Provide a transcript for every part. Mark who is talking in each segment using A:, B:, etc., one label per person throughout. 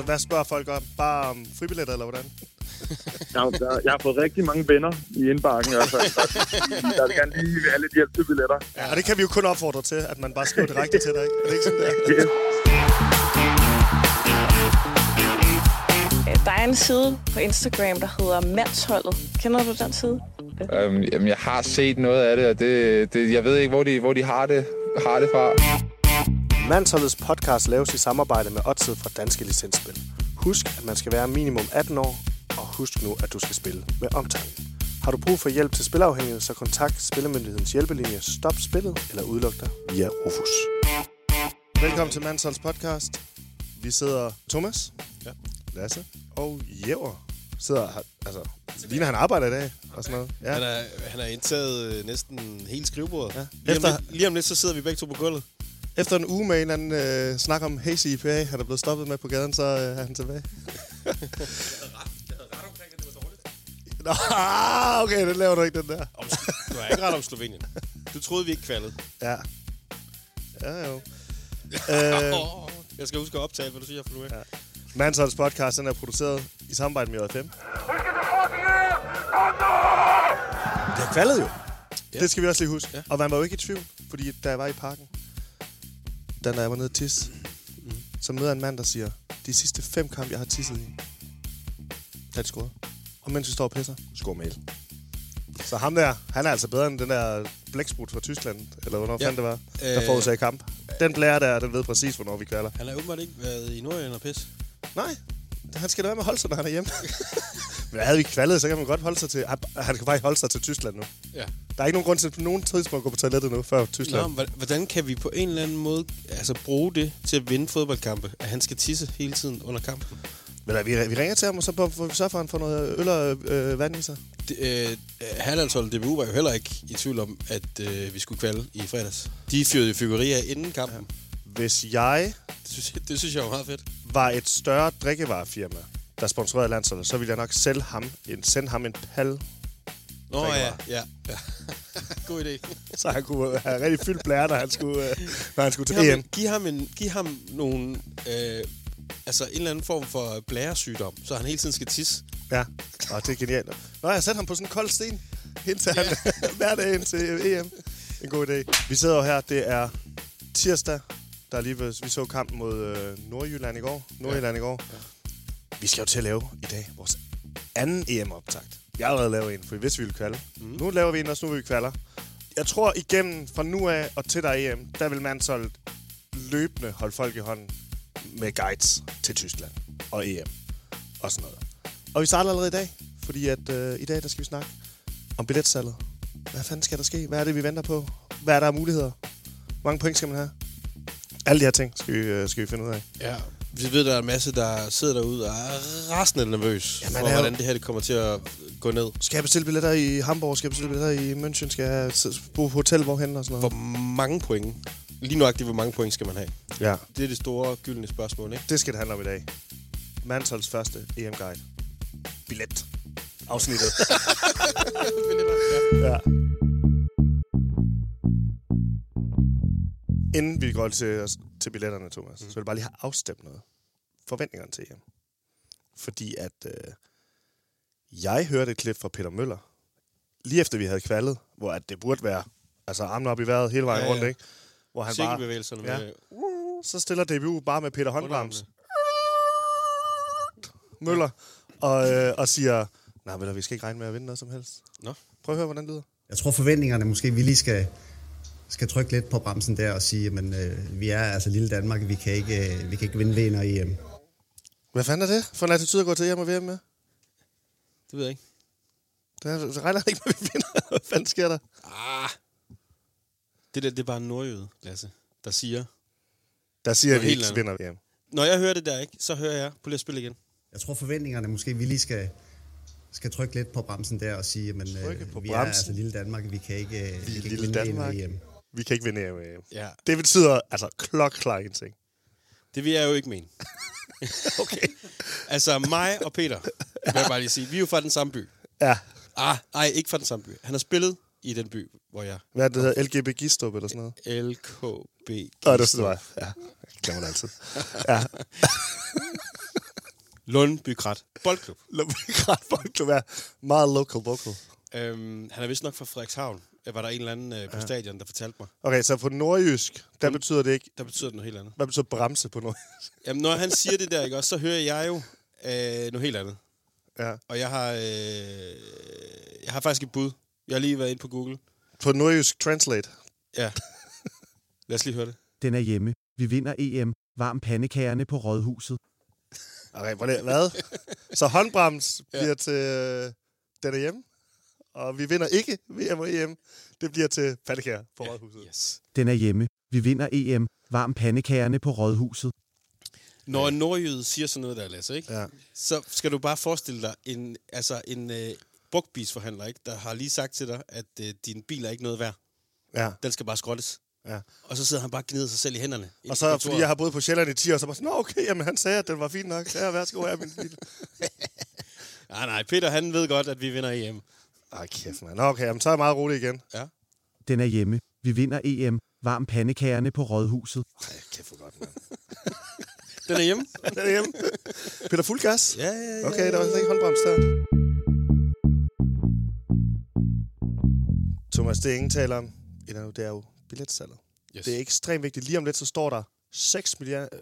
A: Hvad spørger folk om? Bare om fribilletter, eller hvordan?
B: Jeg har fået rigtig mange venner i indbakken i hvert fald. Der vil gerne lige have lidt hjælp til billetter.
A: Ja, og det kan vi jo kun opfordre til, at man bare skriver direkte til dig, ikke? Er det ikke sådan, der?
B: Yes.
C: Der er en side på Instagram, der hedder Mandsholdet. Kender du den side?
D: Jamen, jeg har set noget af det, og det jeg ved ikke, hvor de har det fra.
A: Mandsholdets podcast laves i samarbejde med Odset fra Danske Licensspil. Husk, at man skal være minimum 18 år, og husk nu, at du skal spille med omtanke. Har du brug for hjælp til spilafhængighed, så kontakt Spillemyndighedens hjælpelinje Stop Spillet eller udluk dig via Rufus. Velkommen til Mandsholdets podcast. Vi sidder Thomas, Lasse og Jæver. Sidder her, altså, ligner han arbejder i dag og sådan noget. Ja.
E: Han har indtaget næsten hele skrivebordet.
A: Ja.
E: Lige om lidt, så sidder vi begge to på gulvet.
A: Efter en uge med en anden snak om Hazy IPA, han er blevet stoppet med på gaden, så er han tilbage. Jeg havde ret omkring, at det var dårligt. Nå, okay, det laver du ikke, den der.
E: Du har ikke ret om Slovenien. Du troede, vi ikke kvalede.
A: Ja. Ja, jo.
E: Jeg skal huske at optage, hvad du siger for nu. Ja.
A: Mandsholdets podcast, den er produceret i samarbejde med JFM. Det har kvalet jo. Ja. Det skal vi også lige huske. Ja. Og man var jo ikke i tvivl, fordi da jeg var i parken, da jeg var nede og tisse, så møder en mand, der siger, de sidste 5 kampe, jeg har tisset i, har de scoret. Og mens vi står og pisser, score mail. Så ham der, han er altså bedre end den der blæksprut fra Tyskland, eller hvornår fanden det var, der forudsagde kamp. Den blære der, den ved præcis, hvornår vi kvalder.
E: Han har åbenbart ikke været i Nordjylland og pisse.
A: Nej, han skal da være med at holde sig, når han er hjemme. Men havde vi kvaldet, så kan man godt holde sig til... Han kan faktisk holde sig til Tyskland nu. Ja. Der er ikke nogen grund til på nogen tidspunkt at gå på toilettet nu, før Tyskland.
E: Nå, hvordan kan vi på en eller anden måde bruge det til at vinde fodboldkampe? At han skal tisse hele tiden under kampen?
A: Men vi ringer til ham, og så får vi så for, han får noget øl og vand i sig.
E: Herlandsholdet DBU var jo heller ikke i tvivl om, at vi skulle kvalde i fredags. De fyrede jo figurier inden kampen.
A: Ja. Hvis jeg...
E: Det synes jeg var meget fedt.
A: Var et større drikkevarefirma, der sponsorerede landsholdet, så ville jeg nok sende ham en pal.
E: Nå ja. God idé.
A: Så han kunne have rigtig fyldt blære, når han skulle til EM.
E: Giv ham nogle... en eller anden form for blæresygdom, så han hele tiden skal tisse.
A: Ja, og det er genialt. Nå, jeg satte ham på sådan en kold sten, indtil han hver dag ind til EM. En god idé. Vi sidder jo her, det er tirsdag. Der er lige, vi så kampen mod Nordjylland i går. Ja. Vi skal jo til at lave i dag vores anden EM-optakt. Vi har allerede lavet en, for vi vidste, vi ville kvalde. Nu laver vi en også, nu vil vi kvalder. Jeg tror igennem fra nu af og til der er EM, der vil Mandsholdet løbende holde folk i hånden med guides til Tyskland og EM og sådan noget. Og vi starter allerede i dag, fordi at i dag der skal vi snakke om billetsalget. Hvad fanden skal der ske? Hvad er det, vi venter på? Hvad er der af muligheder? Hvor mange point skal man have? Alle de her ting skal vi finde ud af.
E: Ja, vi ved, der er en masse, der sidder derude og er rasende nervøs for, hvordan det her det kommer til at gå ned. Skal
A: jeg bestille billetter i Hamburg? Skal jeg bestille billetter i München? Skal jeg bo på hotel hvorhen og sådan noget?
E: Hvor mange point? Lige nøjagtigt, hvor mange point skal man have?
A: Ja.
E: Det er det store, gyldne spørgsmål, ikke?
A: Det skal det handle om i dag. Mandsholdets første EM-guide. Billet. Afsnittet. Ja. Inden vi går til billetterne, Thomas, så vil jeg bare lige have afstemt noget. Forventningerne til EM. Fordi at jeg hørte et klip fra Peter Møller, lige efter vi havde kvaldet, hvor at det burde være armene op i vejret hele vejen rundt, ikke? Hvor han bare... Så stiller DBU bare med Peter Håndbrams. Møller. Og siger, nej, vi skal ikke regne med at vinde noget som helst.
E: Nå.
A: Prøv at høre, hvordan det lyder.
F: Jeg tror forventningerne måske, vi lige skal trykke lidt på bremsen der og sige, men vi er altså lille Danmark, vi kan ikke vinde VM og EM.
A: Hvad fanden er det for en attitude at gå til EM og VM med?
E: Det ved jeg ikke.
A: Det regner ikke med, at vi vinder. Hvad fanden sker der?
E: Det er bare en nordjyde, Lasse, der siger,
A: at vi ikke vinder VM.
E: Når jeg hører det der, ikke, så hører jeg på at spille igen.
F: Jeg tror forventningerne måske, vi lige skal trykke lidt på bremsen der og sige, men vi er altså lille Danmark, vi kan ikke vinde VM og EM.
A: Vi kan ikke vinde EM. Ja. Det betyder klokklar en ting.
E: Det vil jeg jo ikke mene.
A: Okay.
E: Mig og Peter, vil jeg bare lige sige, vi er jo fra den samme by.
A: Ja.
E: Ikke fra den samme by. Han har spillet i den by, hvor jeg...
A: Hvad er det, der hedder? LGB Gistrup eller sådan noget?
E: LKB Gistrup.
A: Det var sådan, det var. Ja, jeg glemmer det altid. Ja.
E: Lundbykrat Boldklub.
A: Lundbykrat Boldklub er meget local vocal.
E: Han er vist nok fra Frederikshavn. Var der en eller anden på stadion, der fortalte mig.
A: Okay, så på nordjysk, der betyder det ikke...
E: Der betyder det noget helt andet.
A: Hvad betyder bremse på nordjysk?
E: Jamen, når han siger det der, ikke også, så hører jeg jo noget helt andet.
A: Ja.
E: Og jeg har faktisk et bud. Jeg har lige været inde på Google.
A: På nordjysk translate.
E: Ja. Lad os lige høre det.
G: Den er hjemme. Vi vinder EM. Varm pandekagerne på Rådhuset.
A: Okay, hvad? Så håndbrems bliver til den er hjemme, og vi vinder ikke VM og EM. Det bliver til pandekager på Rådhuset.
E: Yes.
G: Den er hjemme. Vi vinder EM. Varm pandekagerne på Rådhuset.
E: Når en nordjyde siger sådan noget der, Lasse, ikke?
A: Ja.
E: Så skal du bare forestille dig en brugtbilsforhandler, ikke? Der har lige sagt til dig, at din bil er ikke noget værd.
A: Ja.
E: Den skal bare skrottes.
A: Ja.
E: Og så sidder han bare og gnider sig selv i hænderne.
A: Og så, fordi jeg har boet på Sjælland i 10 år, så bare sådan, okay, jamen han sagde, at den var fin nok. Så jeg værsgo her min bil.
E: Nej, Peter, han ved godt, at vi vinder EM.
A: Ej, kæft, mand. Okay, jamen, så er jeg meget rolig igen.
E: Ja.
G: Den er hjemme. Vi vinder EM. Varm pandekagerne på Rådhuset.
A: Ej, kæft for godt, mand.
E: Den er hjemme.
A: Den er hjemme. Peter, fuld gas?
E: Ja.
A: Okay, der var ikke håndbrems der. Thomas, det er ingen taler om. Det er jo billetsalget. Yes. Det er ekstremt vigtigt. Lige om lidt, så står der 6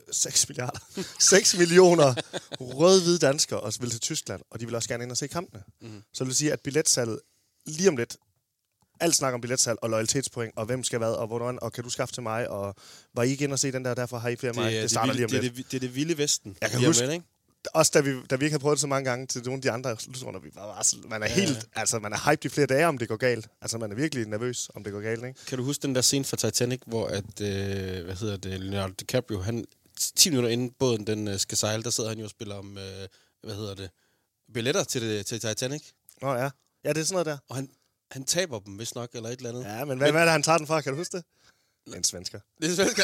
A: millioner rød-hvide danskere og vil til Tyskland, og de vil også gerne ind og se kampene. Mm-hmm. Så det vil sige, at billetsalget lige om lidt, alt snak om billetsalg og loyalitetspoint, og hvem skal hvad, og hvordan, og kan du skaffe til mig, og var I ikke ind og se den der, derfor har I flere mig? Det starter lige om lidt.
E: Det er det vilde vesten.
A: Jeg kan huske, ikke? Også da vi ikke har prøvet det så mange gange til nogle af de andre slutrunder, vi var man er helt, altså man er hyped i flere dage, om det går galt. Altså man er virkelig nervøs, om det går galt, ikke?
E: Kan du huske den der scene fra Titanic, hvor at, Leonardo DiCaprio, han 10 minutter inden båden den skal sejle, der sidder han jo og spiller om, billetter til Titanic.
A: Nå ja. Ja, det er sådan noget der.
E: Og han taber dem, hvis nok, eller et eller andet.
A: Ja, men hvad er det, han tager den fra? Kan du huske det? En svensker.
E: Det er en svensker.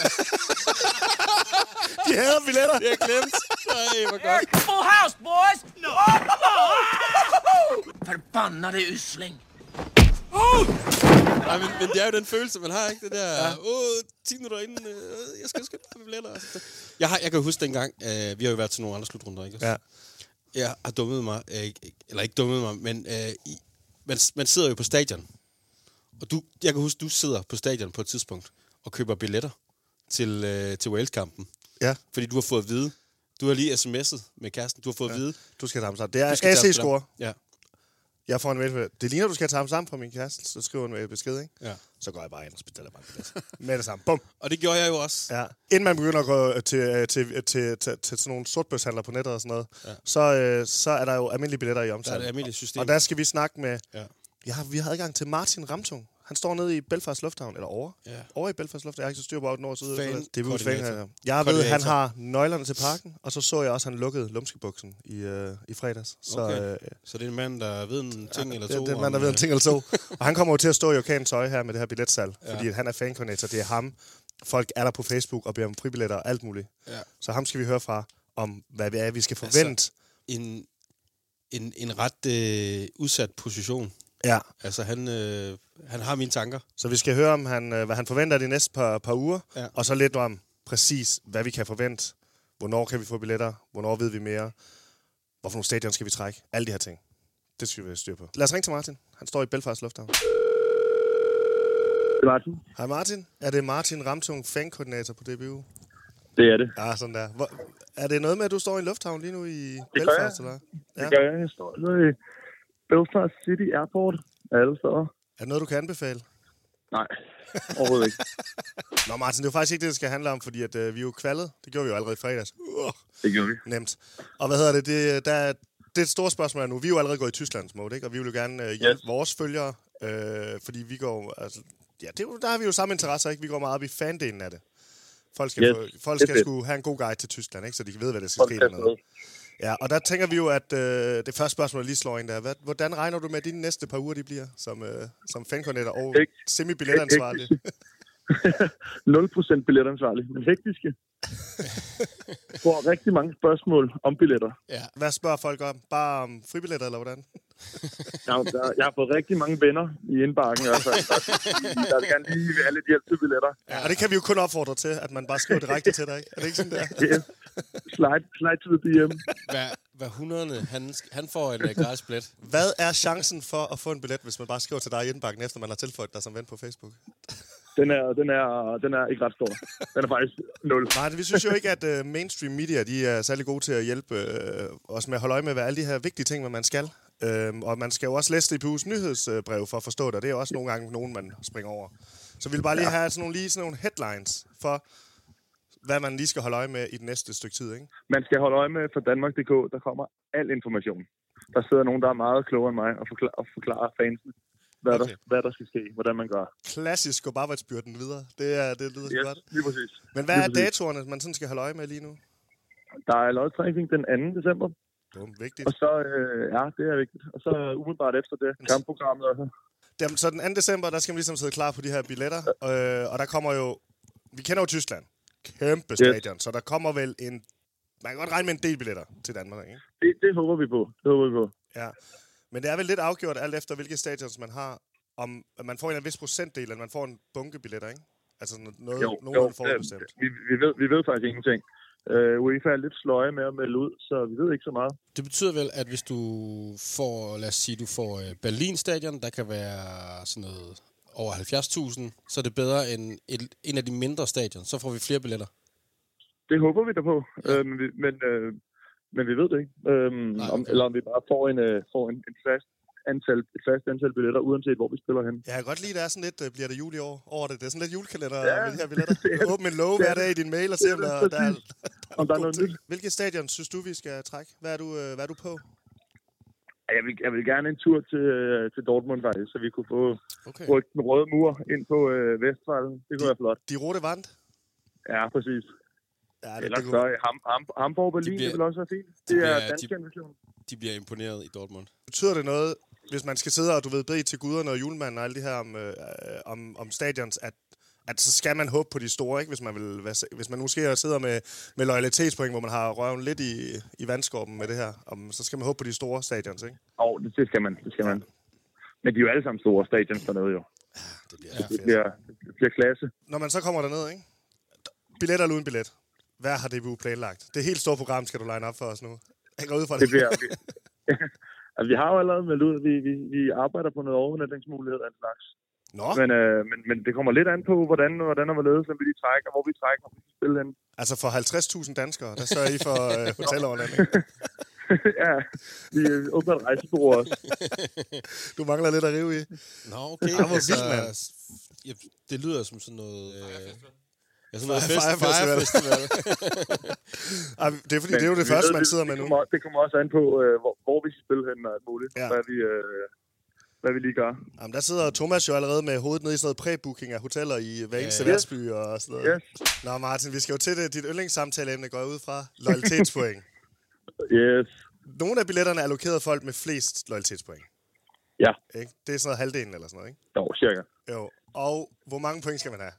A: De hader billetter.
E: Det er glemt. Nej, hvor godt.
H: Full house, boys! No! Förbannade usling!
E: Nej, men det er jo den følelse, man har, ikke? Det der, 10 minutter inden, jeg skal have billetter. Jeg kan huske dengang, vi har jo været til nogle andre slutrunder, ikke?
A: Ja.
E: Jeg har dummet mig, eller ikke dummet mig, men man sidder jo på stadion. Og jeg kan huske, du sidder på stadion på et tidspunkt og køber billetter til Wales-kampen.
A: Ja.
E: Fordi du har fået at vide, du har lige sms'et med kæresten, du har fået at vide.
A: Du skal tage ham sammen. Det er AC-score.
E: Ja.
A: Jeg får en mail. Det ligner, du skal tage ham sammen fra min kæreste, så skriver hun en besked, ikke?
E: Ja.
A: Så går jeg bare ind og bestiller bare en billet. Med det samme. Bum.
E: Og det gjorde jeg jo også.
A: Ja. Inden man begynder at gå til sådan nogle sortbørshandler på nettet og sådan noget, så er der jo almindelige billetter i omtalen.
E: Der er det almindelige system.
A: Og der skal vi snakke med...
E: Ja.
A: Vi har adgang til Martin Ramtung. Han står nede i Belfast Lufthavn, eller over i Belfast Lufthavn. Jeg har ikke så styr på, at nord side. Det er fan. Jeg ved, han har nøglerne til parken, og så jeg også, han lukkede lumskebuksen i fredags.
E: Okay. Så det er en mand, der ved en ting eller to?
A: Det er en mand, der ved en ting eller to. Og han kommer jo til at stå i orkanens øje her med det her billetsalg, fordi han er fankoordinator. Det er ham. Folk er der på Facebook og beder om fribilletter og alt muligt. Ja. Så ham skal vi høre fra, om hvad det er, vi skal forvente. Altså,
E: en ret udsat position.
A: Ja.
E: Altså, han har mine tanker.
A: Så vi skal høre om, hvad han forventer de næste par uger, og så lidt om præcis, hvad vi kan forvente. Hvornår kan vi få billetter? Hvornår ved vi mere? Hvorfor nogle stadion skal vi trække? Alle de her ting. Det skal vi have styr på. Lad os ringe til Martin. Han står i Belfast Lufthavn.
B: Martin.
A: Hej Martin. Er det Martin Ramtung, fankoordinator på DBU?
B: Det er det.
A: Ja, sådan der. Er det noget med, at du står i en lufthavn lige nu i Belfast? Eller?
B: Ja. Det gør jeg. Jeg står i Belfast City Airport. Alle steder.
A: Er det noget, du kan anbefale?
B: Nej, overhovedet ikke.
A: Nå Martin, det er jo faktisk ikke det skal handle om, fordi at, vi er jo kvalet. Det gjorde vi jo allerede i fredags.
B: Det gjorde vi.
A: Nemt. Og hvad hedder det? Det er et stort spørgsmål er nu. Vi er jo allerede gået i Tysklands mode, ikke? Og vi vil jo gerne hjælpe vores følgere, fordi vi går... Altså, ja, der har vi jo samme interesse, ikke? Vi går meget op i fandelen af det. Folk skal skulle have en god guide til Tyskland, ikke? Så de kan vide, hvad der skal ske dernede. Ja, og der tænker vi jo, at det første spørgsmål, der lige slår ind der. Hvordan regner du med, at dine næste par uger, de bliver som fankoordinator og semi-billetansvarlig?
B: 0% billetansvarlig, men hektiske. Får rigtig mange spørgsmål om billetter.
A: Ja. Hvad spørger folk om? Bare om fribilletter, eller hvordan?
B: Jeg har fået rigtig mange venner i indbakken i hvert fald. Der vil gerne lige have lidt hjælp til billetter.
A: Ja, og det kan vi jo kun opfordre til, at man bare skriver direkte til dig, ikke? Er det ikke sådan der?
B: Yes. Slide to the DM.
E: hver 100. Han får en gratis billet.
A: Hvad er chancen for at få en billet, hvis man bare skriver til dig i indbakken, efter man har tilføjet dig som ven på Facebook?
B: Den er ikke ret stor. Den er faktisk 0.
A: Nej, vi synes jo ikke, at mainstream media de er særlig gode til at hjælpe os med at holde øje med, hvad alle de her vigtige ting, man skal. Og man skal jo også læse DPU's nyhedsbrev for at forstå det, og det er også nogle gange nogen, man springer over. Så vi vil bare lige have sådan nogle headlines for, hvad man lige skal holde øje med i det næste stykke tid, ikke?
B: Man skal holde øje med fra Danmark.dk, der kommer al information. Der sidder nogen, der er meget klogere end mig og forklarer fansene, hvad der skal ske, hvordan man gør.
A: Klassisk gå arbejdsbyrden videre. Det lyder så godt.
B: Lige præcis.
A: Men hvad er datoerne, man sådan skal holde øje med lige nu?
B: Der er lodtrækning den 2. december.
A: Vigtigt.
B: Og så, det er vigtigt. Og så umiddelbart efter det, kampprogrammet også.
A: Så den 2. december, der skal man ligesom sidde klar på de her billetter. Og der kommer jo, vi kender jo Tyskland. Kæmpe stadion. Så der kommer vel man kan godt regne med en del billetter til Danmark, ikke?
B: Det håber vi på.
A: Ja. Men det er vel lidt afgjort alt efter, hvilke stadions man har, om man får en vis procentdel, eller man får en bunke billetter, ikke? Altså nogen forudbestemt.
B: Vi ved faktisk ingenting. UEFA er lidt sløje med at melde ud, så vi ved ikke så meget.
E: Det betyder vel, at hvis du får, lad os sige, du får Berlin Stadion, der kan være sådan noget over 70.000, så er det bedre end en af de mindre stadion. Så får vi flere billetter.
B: Det håber vi da på, men vi ved det ikke. Eller om vi bare får en fast antal billetter, uanset hvor vi spiller hen.
A: Jeg kan godt lide, at der er sådan lidt, bliver det jul i år over det. Det er sådan lidt julekalender med de her billetter. Åbn en love hver dag i din mail og se, om der er noget nyt. Hvilke stadion synes du, vi skal trække? Hvad er du på?
B: Jeg vil gerne en tur til Dortmund faktisk, så vi kunne få rykt den røde mur ind på Vestfalden. Det kunne være flot.
A: De rote vand?
B: Ja, præcis.
A: Ja,
B: ellers så Hamburg og Berlin, det vil også være fint. Det er dansk invasion.
E: De bliver imponeret i Dortmund.
A: Betyder det noget, hvis man skal sidde og bede til guderne og julemanden og alle det her om stadions, at så skal man håbe på de store, ikke? Hvis man måske sidder med loyalitetspoint, hvor man har røven lidt i vandskorben med det her, så skal man håbe på de store stadions, ikke?
B: Det skal man. Men de er jo alle sammen store stadions dernede, jo. Det bliver klasse.
A: Når man så kommer derned, ikke? Billet eller uden billet? Hvad har DBU planlagt? Det helt store program skal du line op for os nu. Jeg går ud fra det.
B: Altså, vi har jo allerede meldt ud, at vi arbejder på noget overnatningsmulighed af en slags.
A: Nå.
B: Men det kommer lidt an på, hvordan og hvorledes, når vi trækker, hvor vi trækker, hvor vi skal spille hen.
A: Altså for 50.000 danskere, der sørger I for hotelovernatning?
B: Ja, vi åbner et rejsebureau også.
A: Du mangler lidt at rive i.
E: Nå, okay. Det lyder som sådan noget... sådan noget
A: Fejrefestival. Det er fordi, det er jo det første, man sidder med nu.
B: Det kommer også an på, hvor vi skal spille hen og alt muligt. Ja. Hvad vi lige gør.
A: Jamen, der sidder Thomas jo allerede med hovedet nede i sådan noget præbooking af hoteller i hver eneste Værsby og sådan noget. Yes. Nå, Martin, vi skal jo til det. Dit yndlingssamtaleemne går ud fra loyalitetspoint.
B: Yes.
A: Nogle af billetterne er allokeret folk med flest loyalitetspoint.
B: Ja.
A: Ikke? Det er sådan noget halvdelen eller sådan noget, ikke?
B: Jo, cirka.
A: Jo. Og hvor mange point skal man have?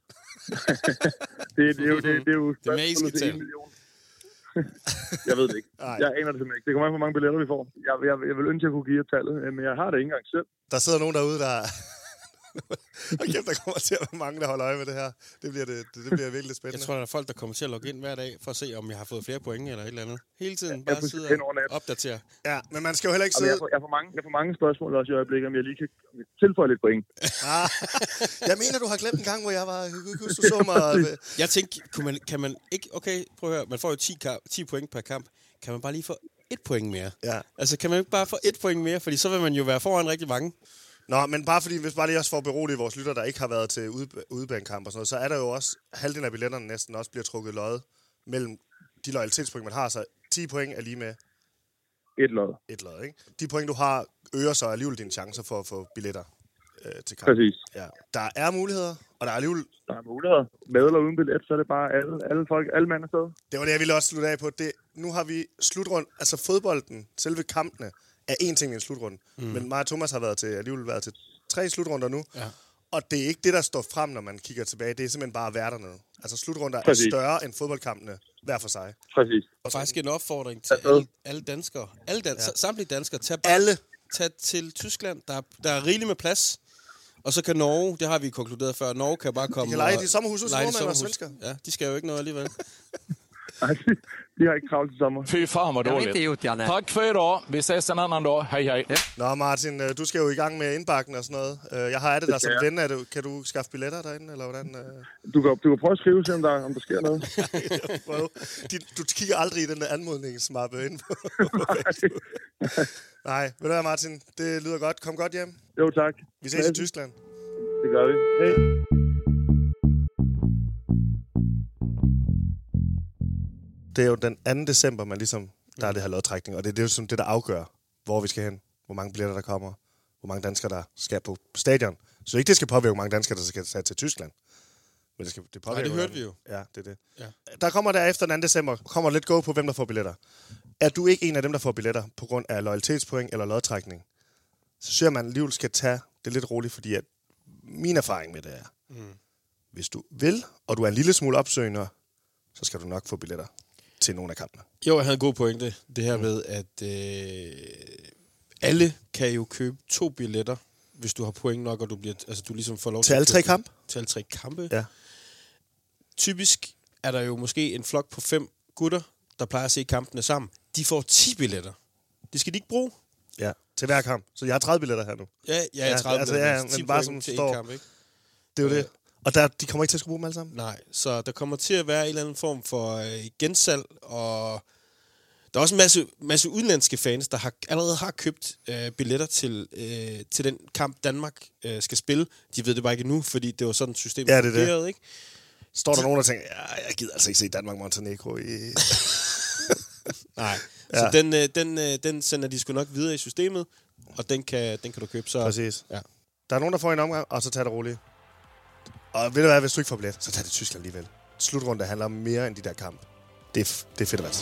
B: det er jo
E: det magiske tal.
B: Jeg ved det ikke. Jeg aner det simpelthen ikke. Det kommer an på, hvor mange billetter vi får. Jeg vil ønske, at jeg kunne give tallet, men jeg har det ikke engang selv.
A: Der sidder nogen derude, der... Og kæft, der kommer til at være mange, der holder øje med det her. Det bliver virkelig spændende.
E: Jeg tror, der er folk, der kommer til at logge ind hver dag, for at se, om jeg har fået flere point eller et eller andet. Hele tiden bare sidde og opdatere.
A: Ja, men man skal jo heller ikke sidde...
B: Jeg får mange spørgsmål også i øjeblikket, om jeg lige kan tilføje lidt point.
A: Jeg mener, du har glemt en gang, hvor jeg var... Du så mig...
E: Jeg tænkte, kan man ikke... Okay, prøv at høre. Man får jo 10 point per kamp. Kan man bare lige få 1 point mere?
A: Ja.
E: Altså, kan man ikke bare få 1 point mere? Fordi så vil man jo være foran rigtig mange.
A: Nå, men bare fordi, hvis bare lige også får beroliget vores lytter, der ikke har været til udebanekamp og sådan noget, så er der jo også, halvdelen af billetterne næsten også bliver trukket lod mellem de loyalitetspoint, man har, så 10 point er lige med
B: et lod.
A: Et lod, ikke? De point, du har, øger så alligevel dine chancer for at få billetter til kamp.
B: Præcis.
A: Ja. Der er muligheder, og der er alligevel...
B: Der er muligheder. Med eller uden billet, så er det bare alle folk, alle mand afsted.
A: Det var det, jeg ville også slutte af på. Nu har vi slutrund, altså fodbolden, selve kampene, er én ting i en slutrunde. Men mig og Thomas har alligevel været til 3 slutrunder nu. Ja. Og det er ikke det, der står frem, når man kigger tilbage. Det er simpelthen bare at være dernede. Altså slutrunder er større end fodboldkampene hver for sig.
B: Præcis.
E: Og faktisk en opfordring til alle danskere. Samtlige danskere. Tag til Tyskland. Der er rigeligt med plads. Og så kan Norge, det har vi konkluderet før, Norge kan bare komme...
A: De kan lege de sommerhus hos nordmænd og svensker.
E: Ja, de skal jo ikke noget alligevel.
B: Nej, de har ikke travlt i sommer.
I: Fy fan vad dåligt.
J: Inte gjort, Janne.
I: Tack för idag. Vi ses en annan dag. Hej hej.
A: Nå, Martin, du skal jo i gang med indbakken og sådan noget. Jeg har det der som ven. Kan du skaffe billetter derinde, eller hvordan?
B: Du kan prøve at skrive til, om der sker noget.
A: Du kigger aldrig i den der anmodningsmappe inde på Facebook. Nej, ved du hvad, Martin? Det lyder godt. Kom godt hjem.
B: Jo, tak.
A: Vi ses i Tyskland.
B: Det gør vi. Hej.
A: Det er jo den 2. december, man ligesom, der er det her lodtrækning, og det er jo sådan det, der afgør, hvor vi skal hen, hvor mange billetter der kommer, hvor mange danskere, der skal på stadion. Så ikke det skal påvirke, hvor mange danskere, der skal tage til Tyskland. Men det påvirker.
E: Nej, det hørte vi jo.
A: Ja, det er det.
E: Ja.
A: Der kommer der efter den 2. december, kommer lidt go på, hvem der får billetter. Er du ikke en af dem, der får billetter på grund af loyalitetspoint eller lodtrækning, så synes jeg, man alligevel skal tage det lidt roligt, fordi at min erfaring med det er, hvis du vil, og du er en lille smule opsøgende, så skal du nok få billetter til nogle af kampene.
E: Jo, jeg havde en god pointe. Det her med, at alle kan jo købe 2 billetter, hvis du har point nok, og du ligesom får lov
A: til alle 3 kampe.
E: Til alle 3 kampe.
A: Ja.
E: Typisk er der jo måske en flok på 5 gutter, der plejer at se kampene sammen. De får 10 billetter. Det skal de ikke bruge.
A: Ja, til hver kamp. Så jeg har 30 billetter her nu.
E: Ja, 30 billetter.
A: Ja, men bare som står.
E: Kamp, ikke?
A: Det er jo det. Og de kommer ikke til at skulle bruge dem alle sammen?
E: Nej, så der kommer til at være en eller anden form for gensalg, og der er også en masse udenlandske fans, der allerede har købt billetter til den kamp, Danmark skal spille. De ved det bare ikke endnu, fordi det var sådan et system,
A: der fungerede,
E: ikke?
A: Står der nogen, der tænker, jeg gider altså ikke se Danmark-Montenegro i...
E: Nej, ja. Så den sender de sgu nok videre i systemet, og den kan du købe. Så,
A: præcis.
E: Ja.
A: Der er nogen, der får en omgang, og så tager det roligt. Og ved du hvad, hvis du ikke får billet, så tager det Tyskland alligevel. Slutrunde handler om mere end de der kamp. Det er fedt at være til.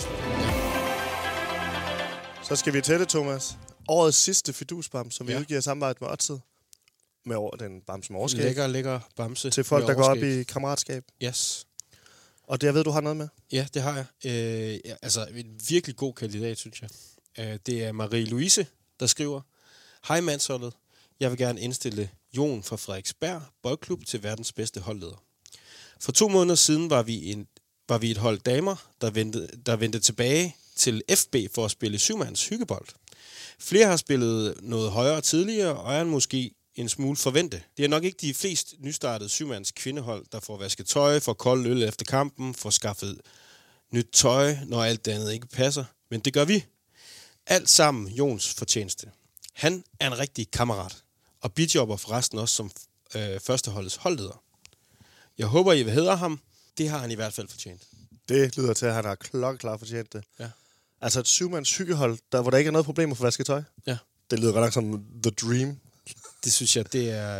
A: Så skal vi til det, Thomas. Årets sidste fidusbam, som vi udgiver i samarbejde med Odset. Med den bamse med overskab.
E: Lækker bamse.
A: Til folk, der går op i kammeratskab.
E: Yes.
A: Og det, jeg ved, du har noget med?
E: Ja, det har jeg. Altså, en virkelig god kandidat, synes jeg. Det er Marie-Louise, der skriver: Hej mandsholdet. Jeg vil gerne indstille Jon fra Frederiksberg Boldklub til verdens bedste holdleder. For 2 måneder siden var vi et hold damer, der vendte tilbage til FB for at spille 7-mands hyggebold. Flere har spillet noget højere tidligere, og er måske en smule forvente. Det er nok ikke de flest nystartede 7-mands kvindehold, der får vasket tøj, får kold øl efter kampen, får skaffet nyt tøj, når alt det andet ikke passer. Men det gør vi. Alt sammen Jons fortjeneste. Han er en rigtig kammerat, og bidjobber forresten også som førsteholdets holdleder. Jeg håber, I vil hædre ham. Det har han i hvert fald fortjent.
A: Det lyder til, at han har klokkeklar fortjent det.
E: Ja.
A: Altså et 7-mands hyggehold, hvor der ikke er noget problem at få vasket tøj.
E: Ja.
A: Det lyder godt nok som the dream.
E: Det synes jeg, det er...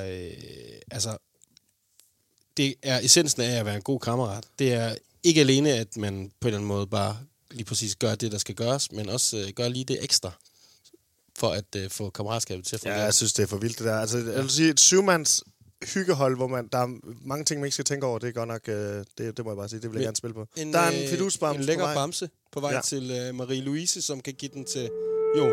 E: det er essensen af at være en god kammerat. Det er ikke alene, at man på en eller anden måde bare lige præcis gør det, der skal gøres, men også gør lige det ekstra, for at få kammeratskabet til at fungere.
A: Ja, jeg synes, det er for vildt, det der. Altså, jeg vil sige, et 7-mands hyggehold, hvor der er mange ting, man ikke skal tænke over. Det er godt nok... Det må jeg bare sige. Det vil jeg gerne spille på. Der er en fidusbamse.
E: En lækker bamse på vej til Marie-Louise, som kan give den til Jon.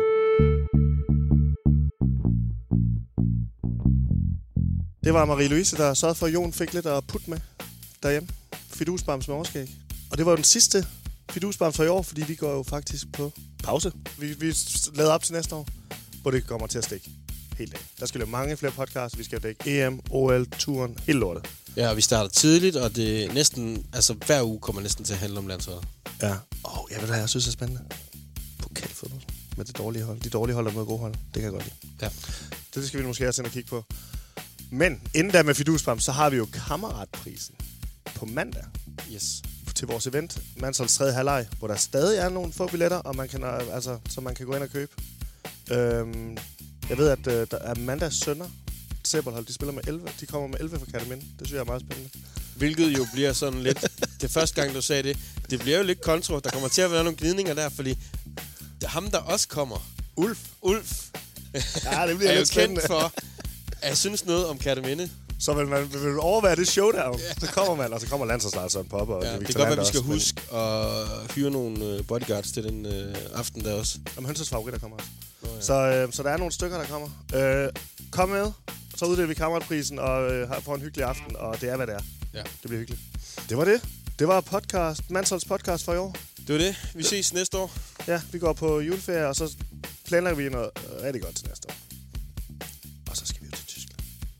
A: Det var Marie-Louise, der sørgede for, at Jon fik lidt at putte med derhjemme. Fidusbamse med overskæg. Og det var jo den sidste fidusbamse for i år, fordi vi går jo faktisk på pause. Vi lader op til næste år, hvor det kommer til at stikke helt af. Der skal jo mange flere podcasts. Vi skal jo dække EM, OL, turen, hele lortet.
E: Ja, og vi starter tidligt, og det næsten... Altså, hver uge kommer næsten til at handle om landsholdet.
A: Ja. Jeg ved hvad jeg synes er spændende. Pokalfodbold med det dårlige hold. De dårlige hold og med gode hold. Det kan jeg godt lide.
E: Ja.
A: Det skal vi måske også ind og kigge på. Men inden da med Fidusbam, så har vi jo kammeratprisen på mandag.
E: Yes.
A: Til vores event, Mandsholds 3. halvleg, hvor der stadig er nogle få billetter, og man kan, så man kan gå ind og købe. Jeg ved, at der er mandags sønner. Sæberhold, de spiller med 11. De kommer med 11 fra Kataminde. Det synes jeg er meget spændende.
E: Hvilket jo bliver sådan lidt... Det første gang, du sagde det, det bliver jo lidt kontro. Der kommer til at være nogle glidninger der, fordi det er ham, der også kommer. Ulf.
A: Ja, det bliver
E: er
A: lidt spændende.
E: jo kendt for, at jeg synes noget om Kataminde.
A: Så vil man overvære det showdown. Ja. Så kommer man, og så kommer landsholdslejer Søren Popper.
E: Ja, det kan godt være, vi skal huske at hyre nogle bodyguards til den aften der også.
A: Jamen, hønsets favoritter kommer også. Ja. Så der er nogle stykker, der kommer. Kom med, så uddeler vi kammeratprisen og får en hyggelig aften, og det er, hvad det er.
E: Ja.
A: Det bliver hyggeligt. Det var det. Det var Mandsholds podcast for i år.
E: Det var det. Vi ses næste år.
A: Ja, vi går på juleferie, og så planlægger vi noget rigtig godt til næste år. Og så skal vi jo til Tyskland.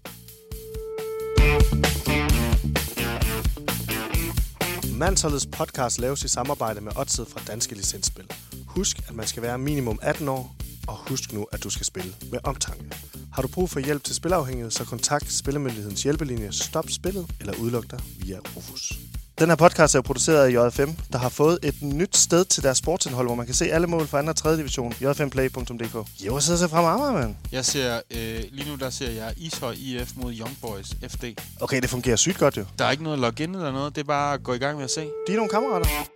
A: Mandsholdets podcast laves i samarbejde med Odset fra Danske Licensspil. Husk, at man skal være minimum 18 år, og husk nu, at du skal spille med omtanke. Har du brug for hjælp til spilafhængighed, så kontakt Spillemyndighedens hjælpelinje Stop Spillet eller udluk dig via Rufus. Den her podcast er produceret af JFM, der har fået et nyt sted til deres sportsindhold, hvor man kan se alle mål fra 2. og 3. division. jfmplay.dk. Jo, så ser frem af mand.
J: Jeg ser, lige nu der ser jeg Ishøj IF mod Young Boys FD.
A: Okay, det fungerer sygt godt jo.
J: Der er ikke noget login eller noget, det er bare at gå i gang med at se.
A: De er nogle kammerater.